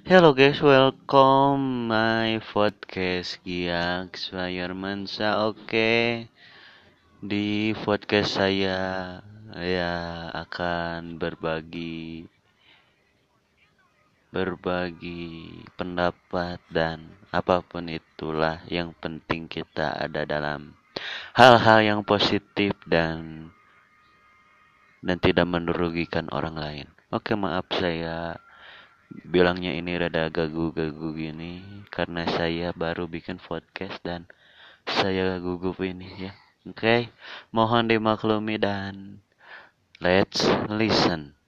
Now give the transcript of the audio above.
Hello guys, welcome my podcast Giaks Firmansa. Oke, di podcast saya ya akan berbagi pendapat dan apapun itulah yang penting kita ada dalam hal-hal yang positif dan tidak merugikan orang lain. Oke, maaf saya bilangnya ini rada gagu-gagu gini karena saya baru bikin podcast dan saya gugup ini ya. Oke, mohon dimaklumi dan let's listen.